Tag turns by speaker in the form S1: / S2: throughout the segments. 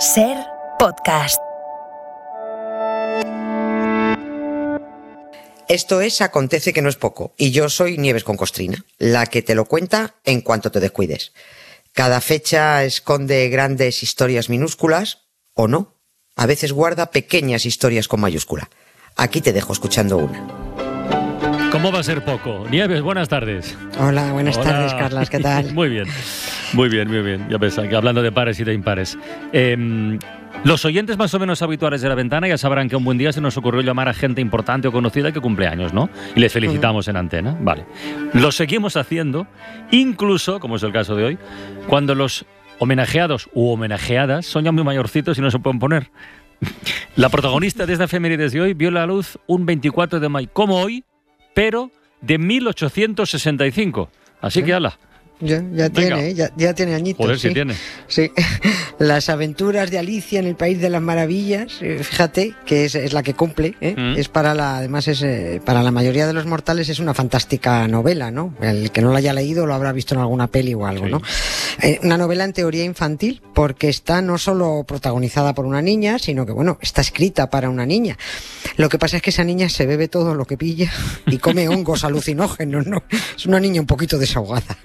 S1: SER Podcast.
S2: Esto es Acontece que no es poco, y yo soy Nieves con Costrina, la que te lo cuenta en cuanto te descuides. Cada fecha esconde grandes historias minúsculas, o no. A veces guarda pequeñas historias con mayúscula. Aquí te dejo escuchando una.
S3: ¿Cómo va a ser poco? Nieves, buenas tardes.
S2: Hola, buenas tardes, Carlas, ¿qué tal?
S3: Muy bien. Ya ves, aquí hablando de pares y de impares. Los oyentes más o menos habituales de La Ventana ya sabrán que un buen día se nos ocurrió llamar a gente importante o conocida que cumple años, ¿no? Y les felicitamos en antena. Vale. Lo seguimos haciendo, incluso, como es el caso de hoy, cuando los homenajeados u homenajeadas son ya muy mayorcitos y no se pueden poner. La protagonista de esta efemérides de hoy vio la luz un 24 de mayo, como hoy, pero de 1865. Así que ala.
S2: Ya tiene añitos.
S3: Joder,
S2: sí.
S3: Si tiene.
S2: Sí. Las aventuras de Alicia en el País de las Maravillas, fíjate que es la que cumple, ¿eh? Es para la mayoría de los mortales es una fantástica novela, ¿no? El que no la haya leído lo habrá visto en alguna peli o algo, sí. ¿no? Una novela en teoría infantil, porque está no solo protagonizada por una niña, sino que, bueno, está escrita para una niña. Lo que pasa es que esa niña se bebe todo lo que pilla y come hongos alucinógenos, ¿no? Es una niña un poquito desahogada.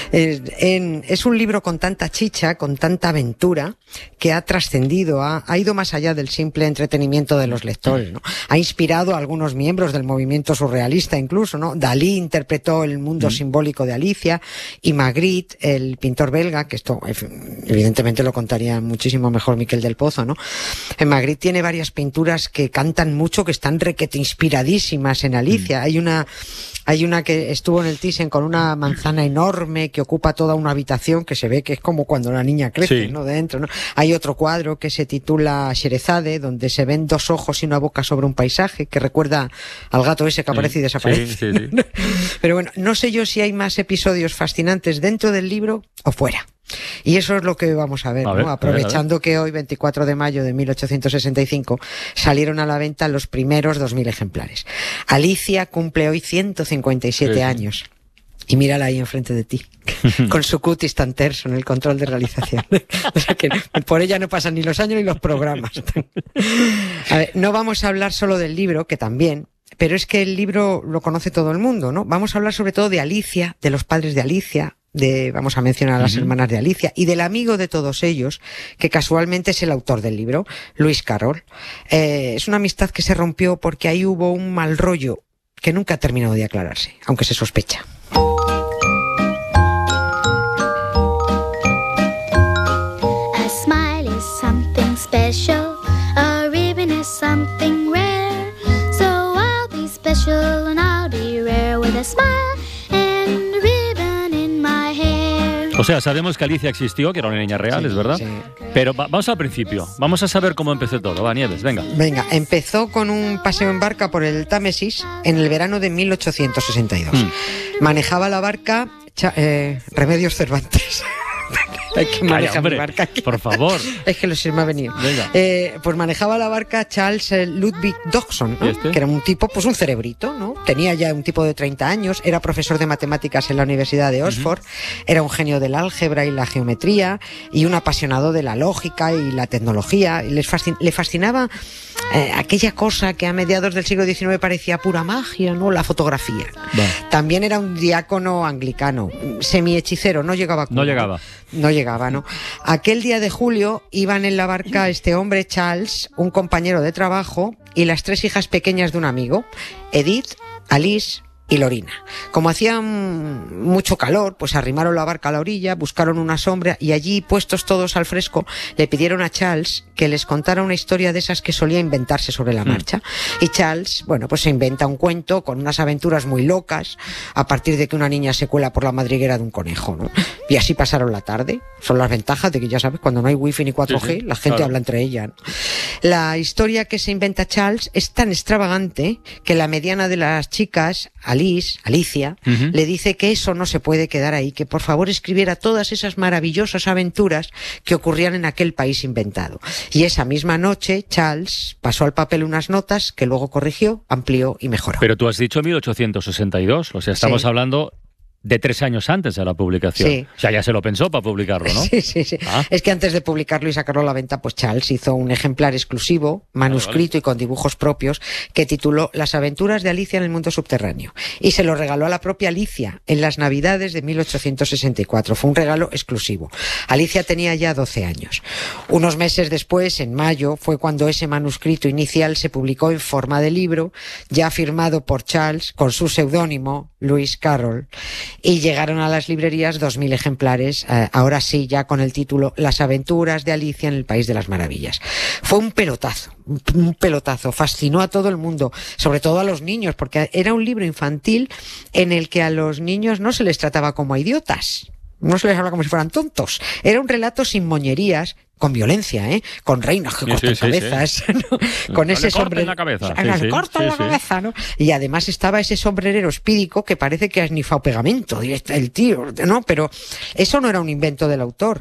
S2: Es un libro con tanta chicha, con tanta aventura, que ha trascendido, ha ido más allá del simple entretenimiento de los lectores, ¿no? Ha inspirado a algunos miembros del movimiento surrealista incluso, ¿no? Dalí interpretó el mundo simbólico de Alicia, y Magritte, el pintor belga, que esto evidentemente lo contaría muchísimo mejor Miquel del Pozo, ¿no? Magritte tiene varias pinturas que cantan mucho, que están requete inspiradísimas en Alicia. Hay una que estuvo en el Thyssen con una manzana enorme que ocupa toda una habitación, que se ve que es como cuando la niña crece, sí, ¿no? Dentro, ¿no? Hay otro cuadro que se titula Sherezade, donde se ven dos ojos y una boca sobre un paisaje, que recuerda al gato ese que aparece y desaparece. Sí. Pero bueno, no sé yo si hay más episodios fascinantes dentro del libro o fuera. Y eso es lo que vamos a ver, ¿no? Aprovechando que hoy, 24 de mayo de 1865, salieron a la venta los primeros 2.000 ejemplares. Alicia cumple hoy 157 años. Y mírala ahí enfrente de ti, con su cutis tan terso en el control de realización. O sea que por ella no pasan ni los años ni los programas. A ver, no vamos a hablar solo del libro, que también, pero es que el libro lo conoce todo el mundo, ¿no? Vamos a hablar sobre todo de Alicia, de los padres de Alicia, vamos a mencionar a las hermanas de Alicia, y del amigo de todos ellos, que casualmente es el autor del libro, Lewis Carroll. Es una amistad que se rompió porque ahí hubo un mal rollo que nunca ha terminado de aclararse, aunque se sospecha.
S4: Special, a ribbon is something rare, so I'll be special and I'll be rare with a smile and a ribbon in my hair.
S3: O sea, sabemos que Alicia existió, que era una niña real, es verdad. Sí. Pero vamos al principio, vamos a saber cómo empezó todo. Va, Nieves, venga. Venga,
S2: empezó con un paseo en barca por el Támesis en el verano de 1862. Manejaba la barca Remedios Cervantes. Hay que manejar mi barca aquí.
S3: Por favor.
S2: Es que se me ha venido. Pues manejaba la barca Charles Ludwig Dodgson, ¿no? Que era un tipo, pues un cerebrito, ¿no? Tenía ya un tipo de 30 años, era profesor de matemáticas en la Universidad de Oxford, era un genio del álgebra y la geometría, y un apasionado de la lógica y la tecnología. Y le fascinaba aquella cosa que a mediados del siglo XIX parecía pura magia, ¿no? La fotografía. También era un diácono anglicano, semihechicero, no llegaba a Cuba. No llegaba, ¿no? Aquel día de julio iban en la barca este hombre, Charles, un compañero de trabajo, y las 3 hijas pequeñas de un amigo, Edith, Alice y Lorina. Como hacía mucho calor, pues arrimaron la barca a la orilla, buscaron una sombra y allí, puestos todos al fresco, le pidieron a Charles que les contara una historia de esas que solía inventarse sobre la marcha. Y Charles, bueno, pues se inventa un cuento con unas aventuras muy locas a partir de que una niña se cuela por la madriguera de un conejo, ¿no? Y así pasaron la tarde. Son las ventajas de que, ya sabes, cuando no hay wifi ni 4G, la gente habla entre ella, ¿no? La historia que se inventa Charles es tan extravagante que la mediana de las chicas, Alicia, le dice que eso no se puede quedar ahí, que por favor escribiera todas esas maravillosas aventuras que ocurrían en aquel país inventado. Y esa misma noche, Charles pasó al papel unas notas que luego corrigió, amplió y mejoró.
S3: Pero tú has dicho 1862, o sea, estamos hablando de 3 años antes de la publicación.
S2: Sí.
S3: O sea, ya se lo pensó para publicarlo, ¿no?
S2: Sí. Es que antes de publicarlo y sacarlo a la venta, pues Charles hizo un ejemplar exclusivo, manuscrito y con dibujos propios, que tituló Las aventuras de Alicia en el mundo subterráneo. Y se lo regaló a la propia Alicia en las Navidades de 1864. Fue un regalo exclusivo. Alicia tenía ya 12 años. Unos meses después, en mayo, fue cuando ese manuscrito inicial se publicó en forma de libro, ya firmado por Charles con su seudónimo, Lewis Carroll, y llegaron a las librerías 2.000 ejemplares, ahora sí, ya con el título Las aventuras de Alicia en el País de las Maravillas. Fue un pelotazo, fascinó a todo el mundo, sobre todo a los niños, porque era un libro infantil en el que a los niños no se les trataba como a idiotas, no se les habla como si fueran tontos, era un relato sin moñerías, con violencia, con reinas que cortan cabezas, ¿no? Con ese sombrero,
S3: la cabeza.
S2: Le cortan la cabeza, ¿no? Y además estaba ese sombrerero espídico que parece que ha esnifado pegamento, el tío, ¿no? Pero eso no era un invento del autor,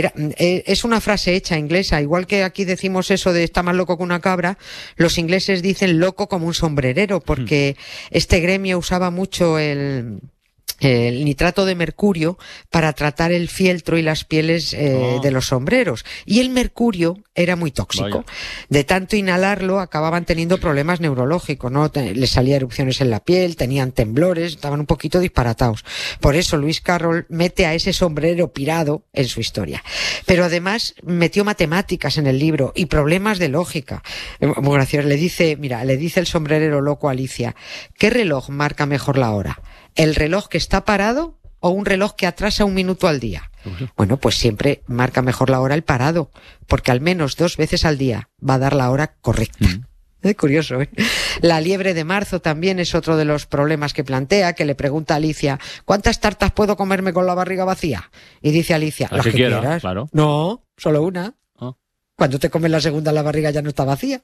S2: es una frase hecha inglesa, igual que aquí decimos eso de está más loco que una cabra, los ingleses dicen loco como un sombrerero, porque este gremio usaba mucho el nitrato de mercurio para tratar el fieltro y las pieles de los sombreros. Y el mercurio era muy tóxico. Vaya. De tanto inhalarlo acababan teniendo problemas neurológicos, ¿no? Les salía erupciones en la piel, tenían temblores, estaban un poquito disparatados. Por eso Lewis Carroll mete a ese sombrero pirado en su historia. Pero además metió matemáticas en el libro y problemas de lógica. Muy gracioso. Le dice el sombrerero loco a Alicia, ¿qué reloj marca mejor la hora? ¿El reloj que está parado o un reloj que atrasa 1 minuto al día? Bueno, pues siempre marca mejor la hora el parado, porque al menos 2 veces al día va a dar la hora correcta. Es curioso, ¿eh? La liebre de marzo también es otro de los problemas que plantea, que le pregunta a Alicia, ¿cuántas tartas puedo comerme con la barriga vacía? Y dice Alicia, las que quieras.
S3: Claro.
S2: No, solo una. Oh. Cuando te comes la segunda, la barriga ya no está vacía.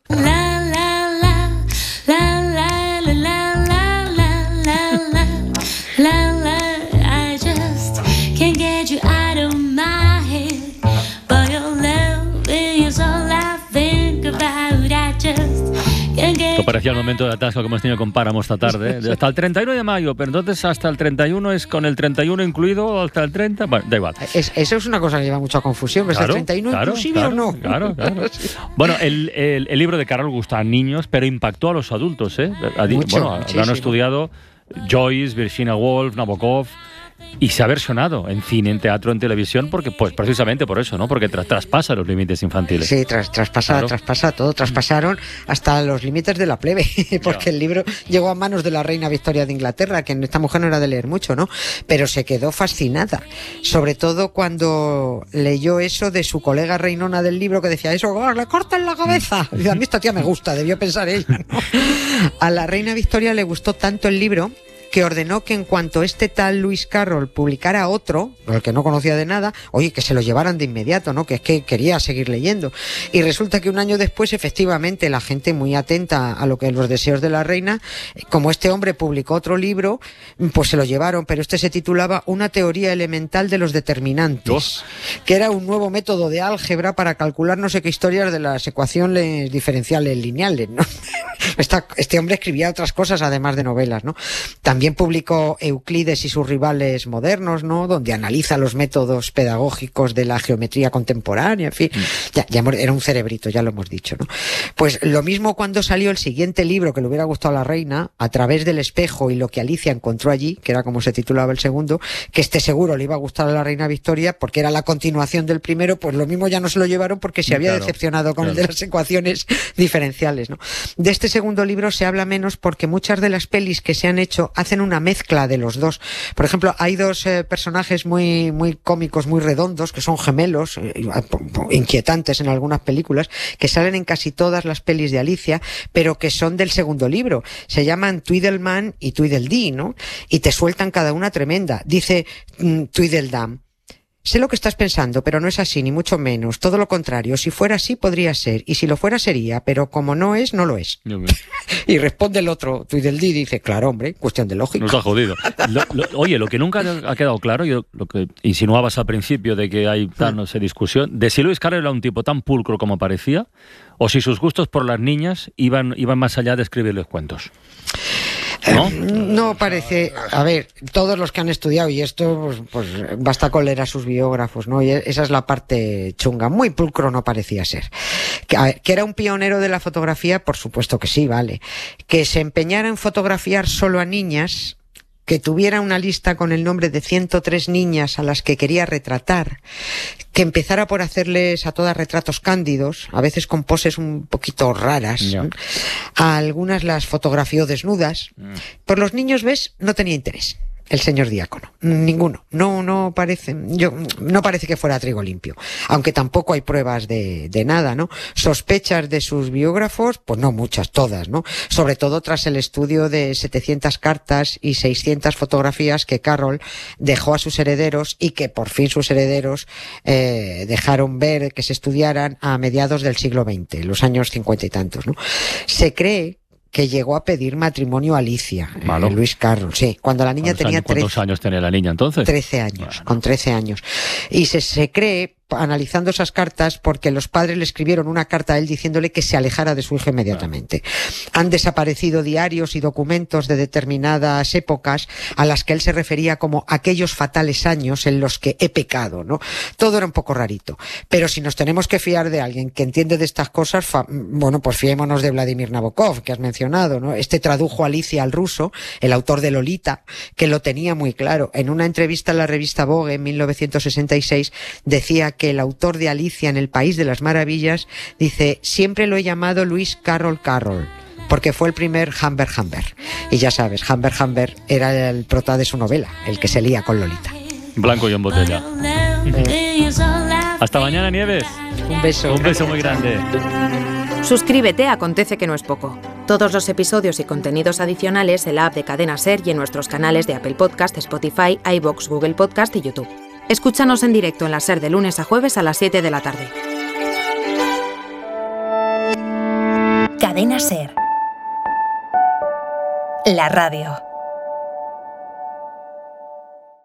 S1: I just can't get you out of my head, but your love is all I think about. I just can't get.
S3: Esto parecía el momento de atasco que hemos tenido con Páramo esta tarde. Hasta el 31 de mayo, pero entonces hasta el 31 es con el 31 incluido o hasta el 30. Bueno, da igual.
S2: Eso es una cosa que lleva mucha confusión, ¿es el 31 inclusive o no?
S3: Claro. Bueno, el libro de Carroll gusta a niños, pero impactó a los adultos, ¿eh? Lo han estudiado Joyce, Virginia Woolf, Nabokov, y se ha versionado en cine, en teatro, en televisión, porque pues precisamente por eso, ¿no? Porque traspasa los límites infantiles.
S2: Sí, traspasa todo, traspasaron hasta los límites de la plebe, porque el libro llegó a manos de la reina Victoria de Inglaterra, que esta mujer no era de leer mucho, ¿no? Pero se quedó fascinada, sobre todo cuando leyó eso de su colega reinona del libro, que decía, eso, le cortan la cabeza. Y a mí esta tía me gusta, debió pensar ella, ¿no? A la reina Victoria le gustó tanto el libro que ordenó que en cuanto este tal Lewis Carroll publicara otro, el que no conocía de nada, oye, que se lo llevaran de inmediato, ¿no? Que es que quería seguir leyendo. Y resulta que un año después, efectivamente, la gente muy atenta a lo que los deseos de la reina, como este hombre publicó otro libro, pues se lo llevaron, pero este se titulaba Una teoría elemental de los determinantes, que era un nuevo método de álgebra para calcular no sé qué historias de las ecuaciones diferenciales lineales, ¿no? Este hombre escribía otras cosas además de novelas, ¿no? También publicó Euclides y sus rivales modernos, ¿no? Donde analiza los métodos pedagógicos de la geometría contemporánea, en fin. Era un cerebrito, ya lo hemos dicho, ¿no? Pues lo mismo cuando salió el siguiente libro que le hubiera gustado a la reina, A través del espejo y lo que Alicia encontró allí, que era como se titulaba el segundo, que seguro le iba a gustar a la reina Victoria porque era la continuación del primero, pues lo mismo ya no se lo llevaron porque se había decepcionado con el de las ecuaciones diferenciales, ¿no? De este segundo libro se habla menos porque muchas de las pelis que se han hecho hacen una mezcla de los dos. Por ejemplo, hay dos personajes muy cómicos, muy redondos, que son gemelos, inquietantes en algunas películas, que salen en casi todas las pelis de Alicia, pero que son del segundo libro. Se llaman Tweedleman y Tweedledee, ¿no? Y te sueltan cada una tremenda. Dice Tweedledum: sé lo que estás pensando, pero no es así, ni mucho menos. Todo lo contrario. Si fuera así, podría ser. Y si lo fuera, sería. Pero como no es, no lo es. Y responde el otro, Tweedledee, dice, claro, hombre, cuestión de lógica.
S3: Nos ha jodido. Oye, lo que nunca ha quedado claro, lo que insinuabas al principio de que hay no sé, discusión, de si Lewis Carroll era un tipo tan pulcro como parecía, o si sus gustos por las niñas iban más allá de escribirles cuentos. ¿no?
S2: No parece, a ver, todos los que han estudiado y esto, pues basta con leer a sus biógrafos, ¿no? Y esa es la parte chunga. Muy pulcro no parecía ser. Que era un pionero de la fotografía, por supuesto que sí, vale. Que se empeñara en fotografiar solo a niñas, que tuviera una lista con el nombre de 103 niñas a las que quería retratar, que empezara por hacerles a todas retratos cándidos, a veces con poses un poquito raras.
S3: Yeah.
S2: A algunas las fotografió desnudas. Por los niños, ¿ves? No tenía interés el señor diácono. Ninguno. No parece que fuera trigo limpio. Aunque tampoco hay pruebas de nada, ¿no? Sospechas de sus biógrafos, pues no muchas, todas, ¿no? Sobre todo tras el estudio de 700 cartas y 600 fotografías que Carroll dejó a sus herederos y que por fin sus herederos dejaron ver que se estudiaran a mediados del siglo XX, los años 50 y tantos, ¿no? Se cree que llegó a pedir matrimonio a Alicia, Lewis Carroll, sí, cuando la niña tenía
S3: ¿Cuántos años tenía la niña entonces?
S2: 13 años, con 13 años. Y se cree, analizando esas cartas, porque los padres le escribieron una carta a él diciéndole que se alejara de su hija inmediatamente. Han desaparecido diarios y documentos de determinadas épocas a las que él se refería como aquellos fatales años en los que he pecado, ¿no? Todo era un poco rarito. Pero si nos tenemos que fiar de alguien que entiende de estas cosas, bueno, pues fiémonos de Vladimir Nabokov, que has mencionado, ¿no? Este tradujo a Alicia al ruso, el autor de Lolita, que lo tenía muy claro. En una entrevista en la revista Vogue en 1966 decía que el autor de Alicia en el País de las Maravillas, dice, siempre lo he llamado Lewis Carroll Carroll, porque fue el primer Humbert Humbert. Y ya sabes, Humbert Humbert era el prota de su novela, el que se lía con Lolita.
S3: Blanco y en botella. Hasta mañana, Nieves.
S2: Un beso.
S3: Un beso muy grande.
S5: Suscríbete a Acontece que no es poco. Todos los episodios y contenidos adicionales en la app de Cadena SER y en nuestros canales de Apple Podcast, Spotify, iVoox, Google Podcast y YouTube. Escúchanos en directo en la SER de lunes a jueves a las 7 de la tarde.
S6: Cadena SER. La radio.